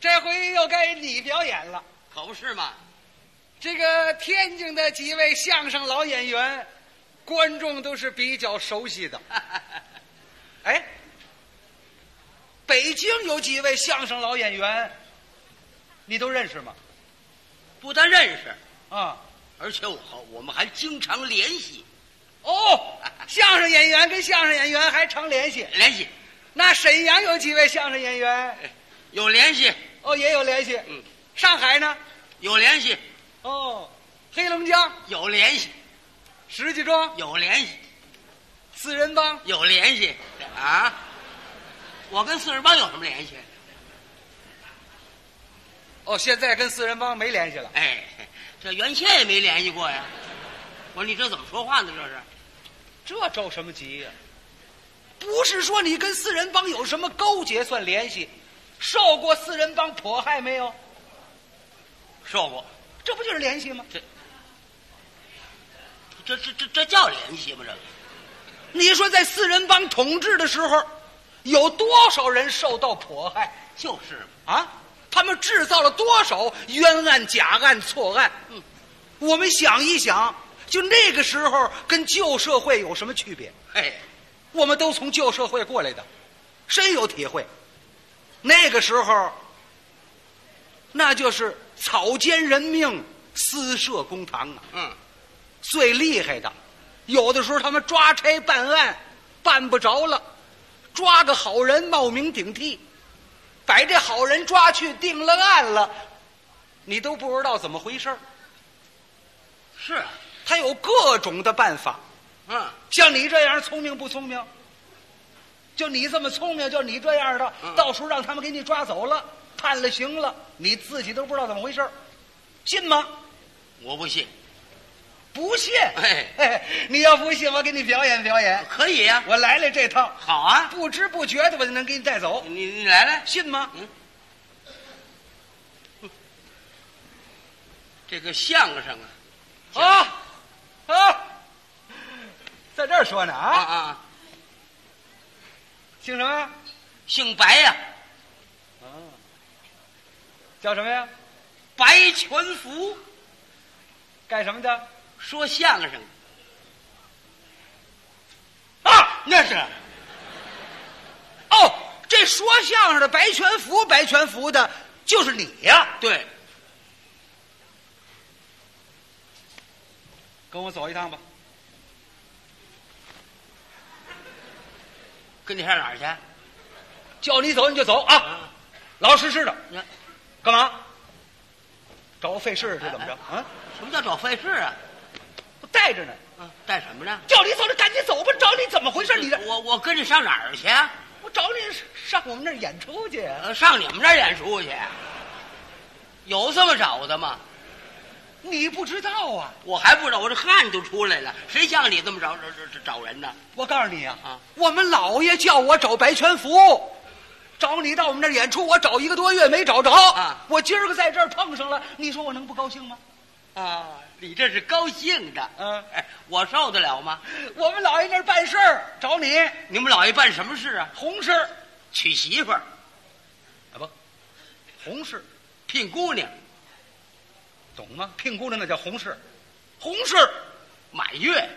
这回又该你表演了， 可不是嘛？ 这个天津的几位相声老演员，观众都是比较熟悉的。哎，北京有几位相声老演员，你都认识吗？ 不但认识啊， 而且我们还经常联系。 哦，相声演员跟相声演员还常联系。 联系。 那沈阳有几位相声演员？ 有联系。 哦，也有联系。 嗯。 上海呢？ 有联系。 哦，黑龙江有联系。 石家庄有联系。 四人帮有联系。啊，我跟四人帮有什么联系？ 哦，现在跟四人帮没联系了。 哎，这原先也没联系过呀。我说你这怎么说话呢？ 这着什么急呀？不是说你跟四人帮有什么勾结算联系，受过四人帮迫害没有？ 受过。 这不就是联系吗？ 这叫联系吗？这个， 你说在四人帮统治的时候，有多少人受到迫害？ 就是啊，他们制造了多少冤案、假案、错案？我们想一想，就那个时候跟旧社会有什么区别？我们都从旧社会过来的，深有体会。那个时候，那就是草菅人命，私设公堂啊。最厉害的，有的时候他们抓差办案办不着了，抓个好人冒名顶替，把这好人抓去定了案了，你都不知道怎么回事。 是啊， 他有各种的办法。像你这样聪明不聪明？就你这么聪明，就你这样的，到时候让他们给你抓走了，判了刑了，你自己都不知道怎么回事，信吗？ 我不信。 不信？你要不信，我给你表演表演。 可以呀， 我来这套。 好啊， 不知不觉的我就能给你带走。 你来， 信吗？ 这个相声啊， 在这儿说呢啊。姓什么？ 姓白呀。 叫什么呀？ 白全福。 干什么的？ 说相声。 那是。这说相声的白全福的就是你呀。 对。 跟我走一趟吧。 跟你上哪儿去？ 叫你走你就走啊，老实实的。干嘛？找我费事是怎么着？ 什么叫找费事啊？ 我带着呢。 带什么呢？ 叫你走，你赶紧走吧。找你怎么回事？你这我跟你上哪儿去？ 我找你上我们那儿演出去。 上你们这儿演出去？有这么找的吗？ 你不知道啊？ 我还不知道，我这汗都出来了。谁像你这么找人呢？ 我告诉你啊，我们老爷叫我找白全福，找你到我们这儿演出，我找1个多月没找着我今儿个在这儿碰上了，你说我能不高兴吗？ 你这是高兴的。我受得了吗？ 我们老爷那儿办事儿找你。 你们老爷办什么事啊？ 红事， 娶媳妇儿。 不，红事， 聘姑娘。 懂吗？聘姑娘那叫红事，红事满月。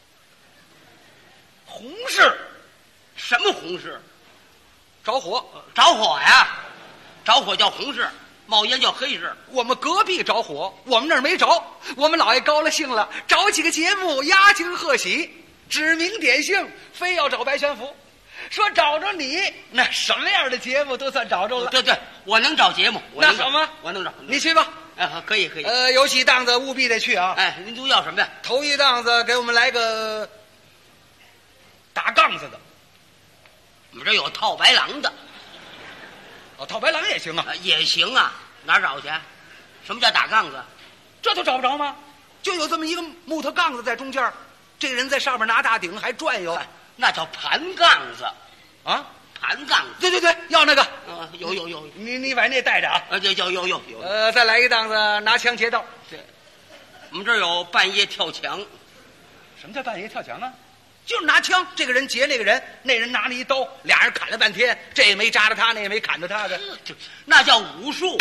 红事什么红事？ 着火。 着火呀？着火叫红事，冒烟叫黑事。 我们隔壁着火，我们那儿没着。我们老爷高了兴了，找几个节目压惊贺喜，指名点姓，非要找白全福，说找着你，那什么样的节目都算找着了。 对，我能找节目。 那好吗？ 我能找。 你去吧。 可以。 有几档子务必得去啊。 您都要什么呀？ 头一档子给我们来个打杠子的。 我们这有套白狼的。 套白狼也行啊。 也行啊，哪儿找去？什么叫打杠子？ 这都找不着吗？就有这么一个木头杠子在中间，这个人在上面拿大顶还转悠。 那叫盘杠子啊。 盘杠子。 对，要那个。 有。 你把那带着啊。 有。 再来一档子拿枪劫道。 对，我们这儿有半夜跳墙。 什么叫半夜跳墙啊？ 就是拿枪，这个人劫那个人，那人拿了一刀，俩人砍了半天，这也没扎着他，那也没砍着他的， 那叫武术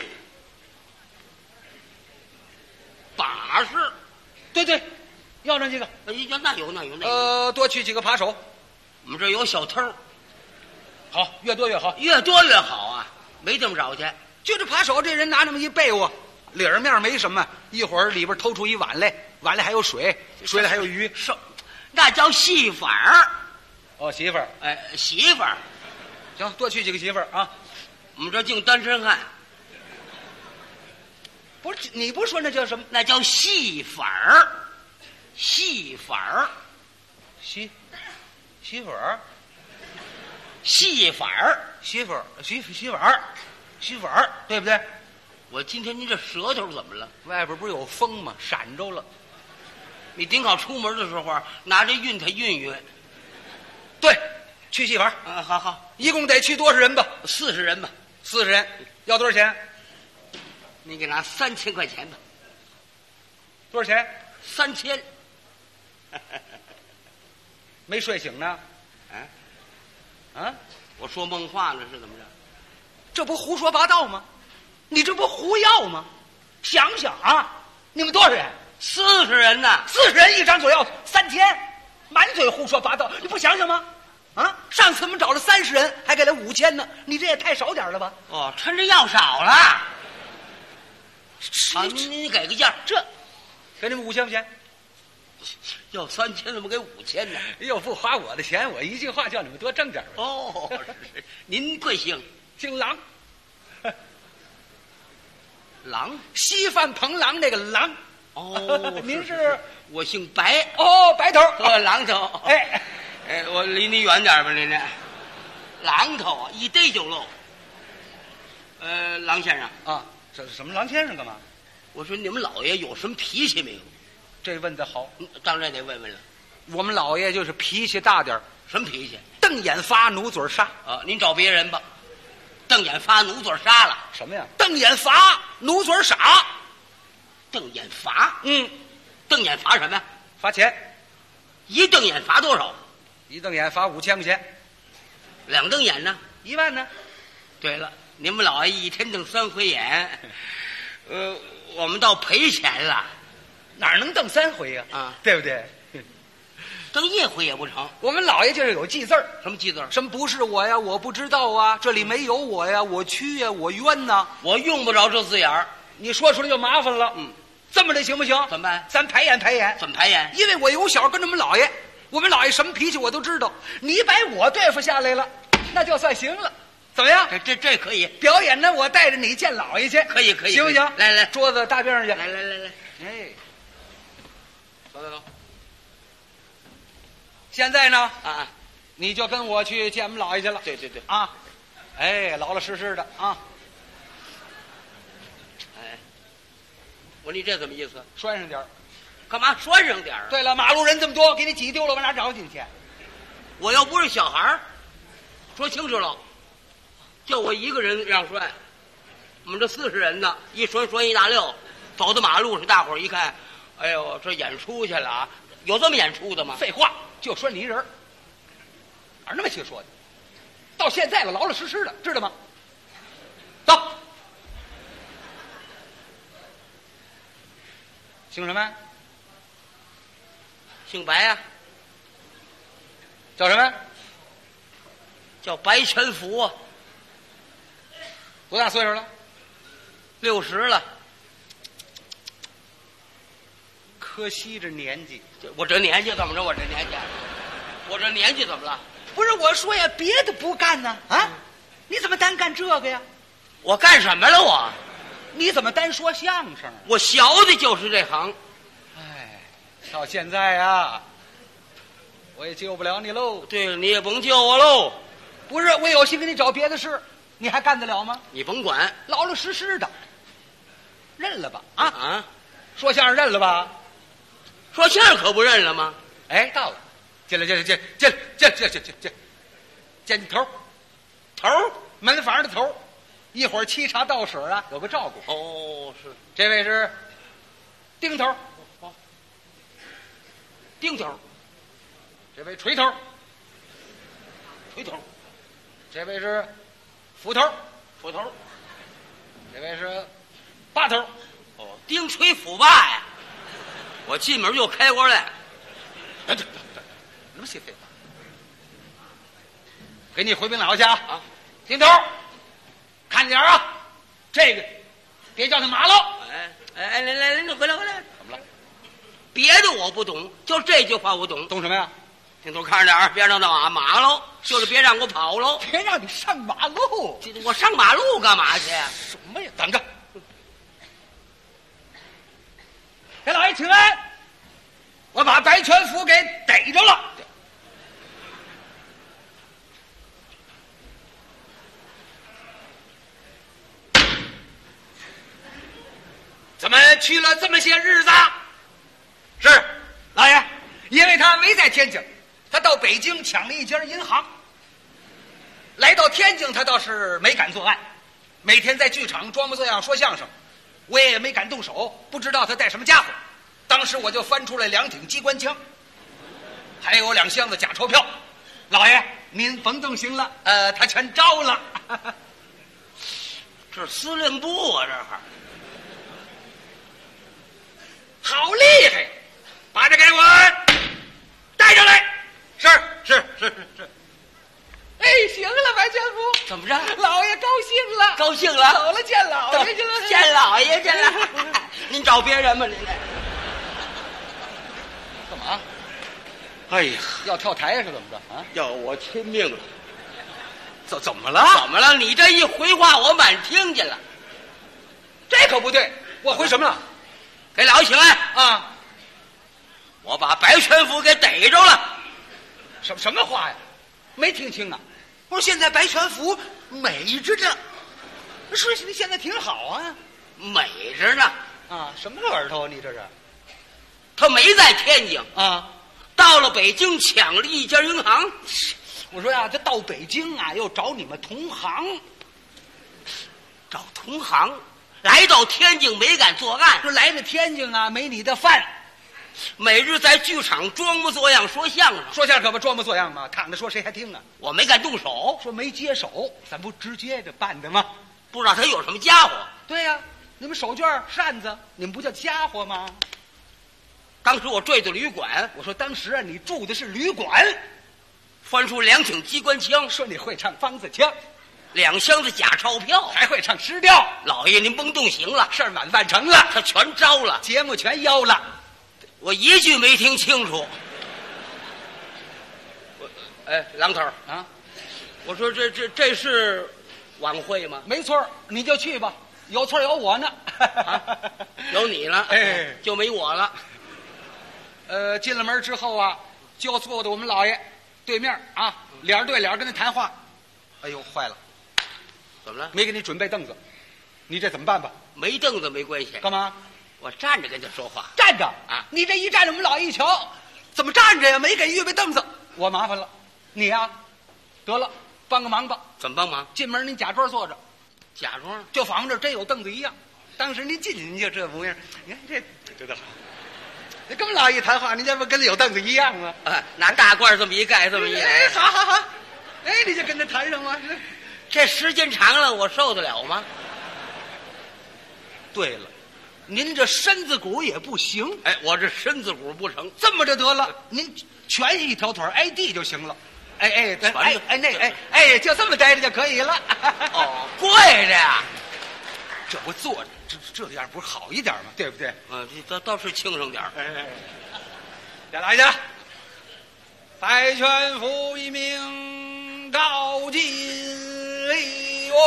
把式。 对对，要那几个。 那有。 多去几个扒手。 我们这有小偷。 好，越多越好， 越多越好啊！没这么少去。 就这扒手，这人拿那么一被窝，里面没什么，一会儿里边偷出一碗来，碗里还有水，水里还有鱼， 那叫戏法儿。 哦，媳妇儿， 哎，媳妇儿。 行，多去几个媳妇儿啊。 我们这净单身汉。 不是，你不说那叫什么？ 那叫戏法儿。戏法儿。 媳妇儿。 戏法儿， 媳妇儿，对不对？ 我今天您这舌头怎么了？ 外边不是有风吗？闪着了。 你顶好出门的时候拿着熨它熨熨。 对，去戏法。 好， 一共得去多少人吧 ？40人吧。 40人，要多少钱？ 你给拿3000块钱吧。 多少钱 ？3000。 没睡醒呢？ 我说梦话呢，是怎么着？ 这不胡说八道吗？你这不胡要吗？想想啊，你们多少人 ？40人呢 ？40人一张嘴要3000，满嘴胡说八道，你不想想吗？上次我们找了30人，还给了5000呢，你这也太少点了吧？ 哦，趁着要少了。好，您给个价， 这给你们5000块钱。 要3000怎么给5000呢？ 又不花我的钱，我一句话叫你们多挣点。 哦，是。您贵姓？ 姓郎。 郎， 稀饭彭郎那个郎。 哦， 您是？ 我姓白。 哦，白头。 郎头。哎，我离你远点吧，您这。郎头一逮就漏。郎先生啊，这是什么？郎先生干嘛？ 我说你们老爷有什么脾气没有？ 这问得好， 当然得问问了。 我们老爷就是脾气大点。 什么脾气？ 瞪眼发，努嘴杀。 您找别人吧。瞪眼发，努嘴杀了。 什么呀？瞪眼罚，努嘴傻。 瞪眼罚？瞪眼罚什么呀？ 罚钱。 一瞪眼罚多少？ 一瞪眼罚5000块钱。 两瞪眼呢 ？1万呢？ 对了，你们老爷一天瞪3回眼，我们倒赔钱了。 哪能瞪3回呀？对不对？ 瞪1回也不成。 我们老爷就是有记字儿。 什么记字儿？ 什么不是我呀？我不知道啊，这里没有我呀，我屈呀，我冤呐。 我用不着这字眼儿， 你说出来就麻烦了。这么的行不行？ 怎么办？ 咱排演。 怎么排演？ 因为我由小跟着我们老爷，我们老爷什么脾气我都知道。你把我对付下来了，那就算行了。怎么样？ 这可以表演呢。我带着你见老爷去。 可以， 行不行？ 来， 桌子大边上去。 来。 哎，走。现在呢？你就跟我去见我们老爷去了。 对。 哎，老老实实的啊。 哎，我说你这怎么意思？ 拴上点儿。 干嘛拴上点儿？ 对了，马路人这么多，给你挤丢了，往哪找进去？ 我又不是小孩儿，说清楚了，就我一个人让拴。我们这40人呢，一拴一大溜，走到马路上，大伙儿一看，哎呦，这演出去了啊！有这么演出的吗？ 废话，就拴你一人，哪那么些说的？到现在了，老老实实的，知道吗？走。姓什么？ 姓白呀。 叫什么？ 叫白全福啊。 多大岁数了 ？60了。 可惜这年纪。 我这年纪怎么着？我这年纪怎么了？ 不是我说呀，别的不干呢你怎么单干这个呀？ 我干什么了我？ 你怎么单说相声？ 我学的就是这行。 哎，到现在啊，我也救不了你喽。 对了，你也甭救我喽。 不是，我有心给你找别的事，你还干得了吗？ 你甭管， 老老实实的，认了吧？说相声认了吧？ 说相声可不认了吗？ 哎，到了，进来，见头，门房的头，一会儿沏茶倒水啊，有个照顾。 哦，是， 这位是丁头， 丁头， 这位锤头， 锤头， 这位是斧头， 斧头， 这位是把头。 哦，钉锤斧把呀！我进门就开过来。 对，那么些废话。给你回禀老家啊，听头，看点啊，这个别叫他马喽。 来，你回来。 怎么了？ 别的我不懂，就这句话我懂。 懂什么呀？ 听头看着点儿，别让他马喽，就是别让我跑喽。 别让你上马路。 我上马路干嘛去？ 什么呀？等着，给老爷请安。我把白全福给逮着了。怎么去了这么些日子？是老爷，因为他没在天津，他到北京抢了一家银行。来到天津，他倒是没敢作案，每天在剧场装模作样说相声，我也没敢动手，不知道他带什么家伙。当时我就翻出来2挺机关枪，还有2箱子假钞票。老爷，您甭动心了，他全招了。 这司令部啊，这还好厉害！把这给我带上来。是。哎，行了，白全福， 怎么着？ 老爷高兴了， 高兴了， 走了，见老爷去了， 见老爷去了。您找别人吧，您来。 干嘛？ 哎呀， 要跳台是怎么着啊？ 要我亲命了！ 怎么了？ 怎么了？你这一回话，我满听见了。 这可不对，我回什么了？ 给老爷请安啊！ 我把白全福给逮着了。 什么话呀？没听清啊！我说现在白全福美着呢，说你现在挺好啊， 美着呢啊！什么耳朵？你这是？ 他没在天津啊， 到了北京抢了一家银行。 我说呀，他到北京啊，又找你们同行， 找同行。来到天津没敢作案， 说来到天津啊，没你的饭。 每日在剧场装模作样说相声， 说相声可不装模作样吗？躺着说谁还听啊？ 我没敢动手， 说没接手，咱不直接的办的吗？ 不知道他有什么家伙。 对呀，你们手绢扇子，你们不叫家伙吗？ 当时我坠到旅馆， 我说当时啊，你住的是旅馆， 翻出2挺机关枪， 说你会唱梆子腔 ，2箱子假钞票， 还会唱诗调。 老爷您甭动刑了， 事儿满办成了， 他全招了， 节目全邀了。 我一句没听清楚。哎，郎头啊， 我说这是晚会吗？ 没错，你就去吧，有错有我呢。 有你了， 哎， 就没我了。 进了门之后啊，就坐在我们老爷对面啊，脸对脸跟他谈话。哎呦，坏了， 怎么了？ 没给你准备凳子，你这怎么办吧？ 没凳子没关系， 干嘛？ 我站着跟他说话。 站着啊！ 你这一站着，我们老爷一瞧，怎么站着呀？没给预备凳子，我麻烦了。你呀，得了，帮个忙吧。 怎么帮忙？ 进门您假装坐着， 假装就仿着真有凳子一样。当时您进去您就这模样，你看这多好。跟我们老爷谈话，您这不跟有凳子一样吗？ 拿大褂这么一盖，这么一来， 好，哎，你就跟他谈上了。 这时间长了，我受得了吗？ 对了，您这身子骨也不行。 哎，我这身子骨不成， 这么着得了，您全一条腿挨地就行了。哎，就这么待着就可以了。 哦，跪着呀， 这不坐着，这样不是好一点吗？对不对？ 这倒是轻省点。 再来一下，白全福一名告进礼哦。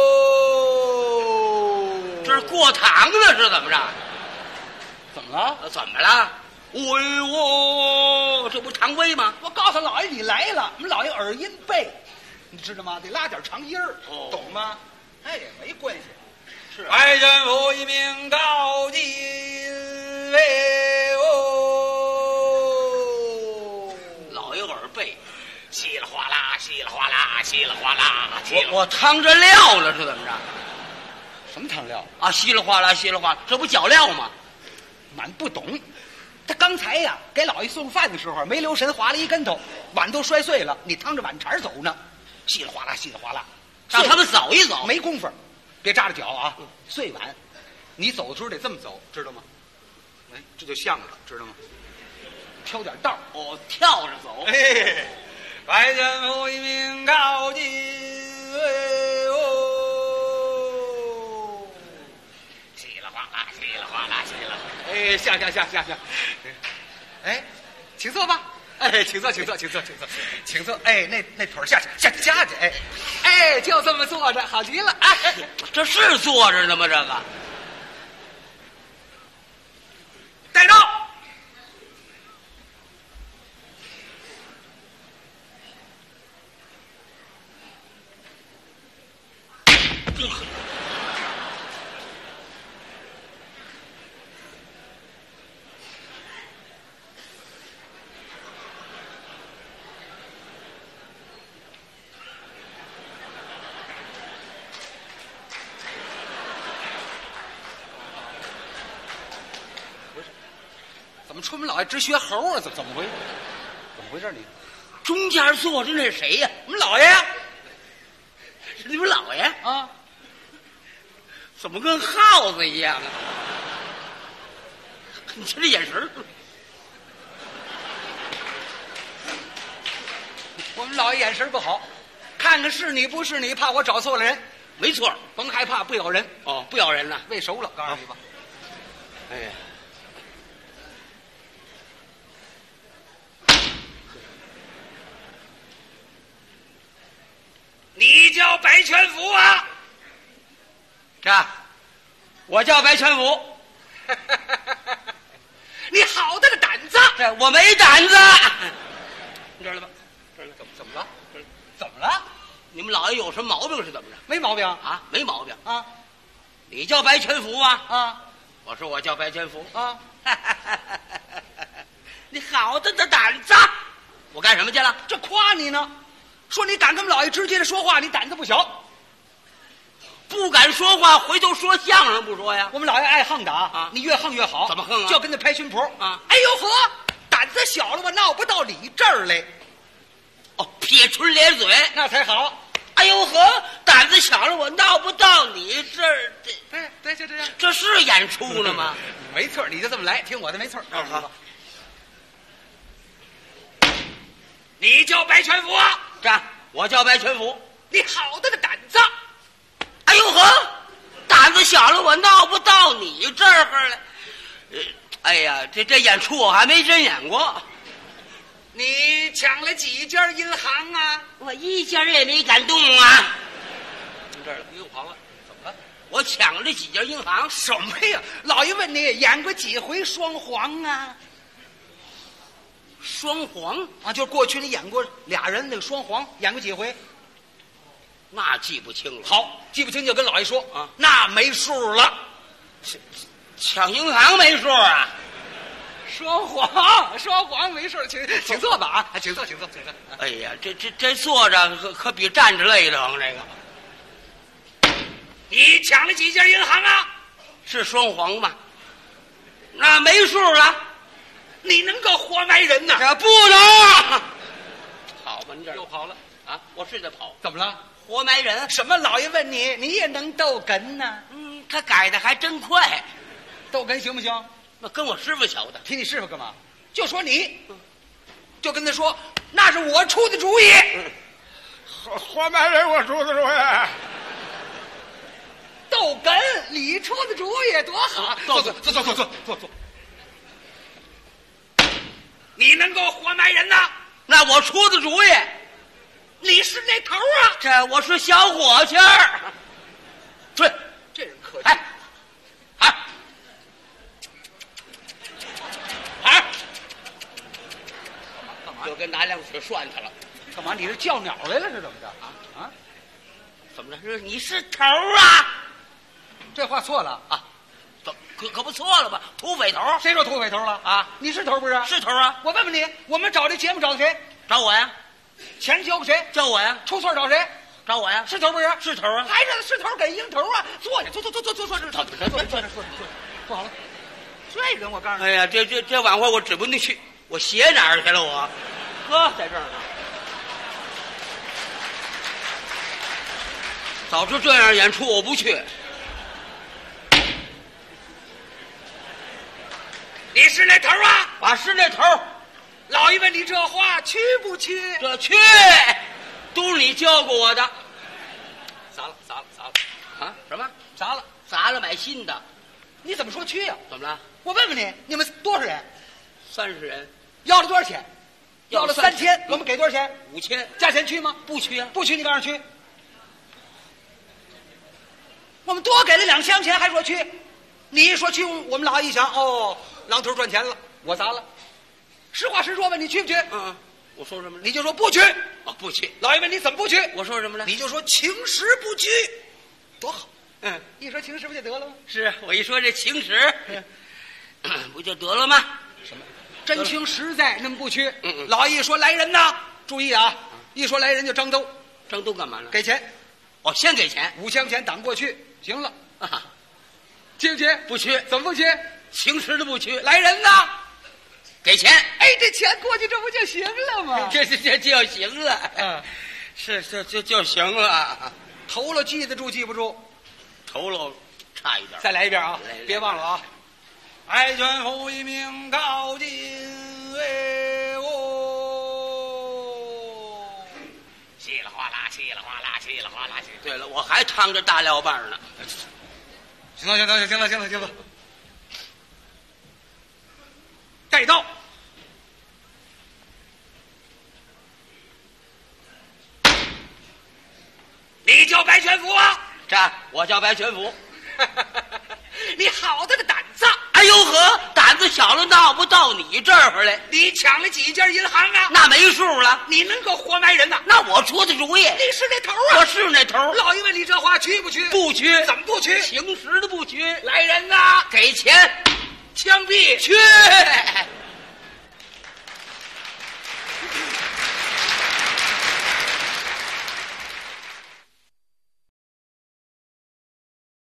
这是过堂呢，是怎么着？ 怎么了？ 怎么了？喂我，这不唐威吗？ 我告诉老爷你来了，我们老爷耳音背，你知道吗？得拉点长音儿，懂吗？哎，没关系。是白全福一名告进礼哦。 老爷耳背， 稀里哗啦，稀里哗啦，稀里哗啦， 我趟着料了，是怎么着？ 什么汤料啊？稀里哗啦，稀里哗啦，这不脚料吗？ 满不懂。 他刚才呀给老爷送饭的时候没留神，滑了一跟头，碗都摔碎了。你趟着碗茬走呢，稀里哗啦，稀里哗啦， 让他们扫一扫。 没工夫，别扎着脚啊！碎碗，你走的时候得这么走，知道吗？哎，这就像了，知道吗？挑点道哦，跳着走。 哎，白天父一命高进，哦，稀里哗啦，稀里哗啦，稀里哗啦。哎，下。哎，请坐吧。哎，请坐。哎，那腿下去，下去。哎，就这么坐着，好极了。哎， 这是坐着呢吗？这个带着。怎么出门老爷直学猴啊？怎么回事？怎么回事你？ 中间坐着那是谁呀？ 我们老爷呀。 是你们老爷啊？ 怎么跟耗子一样啊？你瞧这眼神儿。 我们老爷眼神不好，看看是你不是你，怕我找错了人。 没错， 甭害怕，不咬人。 哦，不咬人呐。 喂熟了，告诉你吧。 哎呀， 你叫白全福啊？ 我叫白全福。 你好大的胆子！ 这我没胆子。你知道了吧？ 怎么了？怎么了？ 你们老爷有什么毛病是怎么着？ 没毛病啊，没毛病啊。 你叫白全福啊？ 啊， 我说我叫白全福啊。 你好大的胆子！我干什么去了？ 这夸你呢，说你敢跟我们老爷直接的说话，你胆子不小。 不敢说话，回头说相声不说呀？ 我们老爷爱横的啊， 你越横越好。 怎么横啊？ 就要跟那拍巡谱啊！ 哎呦呵，胆子小了，我闹不到你这儿来。 哦，撇唇咧嘴那才好。 哎呦呵，胆子小了，我闹不到你这儿。 对，就这样。 这是演出呢吗？ 没错，你就这么来，听我的没错。 好。 你叫白全福啊？ 我叫白全福。 你好大的胆子！ 哎呦呵，胆子小了，我闹不到你这儿来。哎呀，这演出我还没真演过。 你抢了几家银行啊？ 我一家也没敢动啊。 这儿又跑了，怎么了？ 我抢了几家银行？ 什么呀？老爷问你演过几回双簧啊？ 双簧啊，就是过去你演过俩人那个双簧，演过几回？ 那记不清了。 好，记不清就跟老爷说啊， 那没数了。 抢银行没数啊？ 双簧没事，请坐吧啊，请坐。 哎呀，这坐着可比站着累得慌。这个， 你抢了几家银行啊？ 是双簧吗？那没数了。 你能够活埋人呐？ 这不能。好吧，你这又跑了啊？我是在跑。 怎么了？ 活埋人？ 什么？老爷问你，你也能逗哏呢？ 他改的还真快。 逗哏行不行？ 那跟我师傅学的。 提你师傅干嘛？就说你，就跟他说，那是我出的主意。 活埋人我出的主意。 逗哏你出的主意多好。坐。你能够活埋人呐？ 那我出的主意。 你是那头啊？ 这我是小伙计儿。对， 这人客气。 哎，干嘛？就跟拿两腿涮他了。 干嘛？你是叫鸟来了是怎么着？啊？ 怎么着？你是头啊？ 这话错了啊！ 可不错了吧？土匪头？ 谁说土匪头了啊？你是头不是？ 是头啊！ 我问问你，我们找这节目找谁？ 找我呀！ 钱交给谁？ 交我呀！ 出错找谁？ 找我呀！ 是头不是？ 是头啊！ 还是头给赢头啊！坐下，坐好了。 这人我告诉你， 哎呀，这晚会我指不定去，我鞋哪儿去了我？呵，在这儿呢。早知这样演出我不去。 你是那头啊？ 我是那头。 老爷问你这话去不去？ 这去，都是你教过我的。 砸了啊？什么？ 砸了？ 砸了买新的。 你怎么说去呀？ 怎么了我问问你，你们多少人？ ？30人， 要了多少钱？ 要了3天，我们给多少钱 ？5000， 价钱去吗？ 不去啊？ 不去，你告诉去。我们多给了2箱钱，还说去？你一说去，我们老一想，哦，榔头赚钱了，我砸了。实话实说吧，你去不去？ 我说什么了？ 你就说不去。 不去。 老爷问你怎么不去？ 我说什么了？ 你就说情实不去，多好。一说情实不就得了吗？ 是我一说这情实，不就得了吗？ 什么？真情实在，那么不去。 嗯。 老爷一说来人呐，注意啊！一说来人就张兜， 张兜干嘛呢？ 给钱。 先给钱 ，5箱钱挡过去，行了。去不去？ 不去。 怎么不去？ 情实的不去。 来人呐， 给钱。 哎，这钱过去，这不就行了吗？ 这就行了。是就行了。 头了记得住记不住？ 头了差一点。 再来一遍啊！ 来别忘了啊！爱犬负一命高进为我。稀里哗啦，稀里哗啦，稀里哗啦。 对了，我还趟着大料棒呢。 行了，带刀。你叫白全福啊？ 我叫白全福。 你好大的胆子！ 哎呦呵，胆子小了闹不到你这儿来。 你抢了几家银行啊？ 那没数了。 你能够活埋人呐？ 那我出的主意。 你是那头啊？ 我是那头。 老爷问你这话去不去？ 不去。 怎么不去？ 情实的不去。 来人呐， 给钱， 枪毙。 去。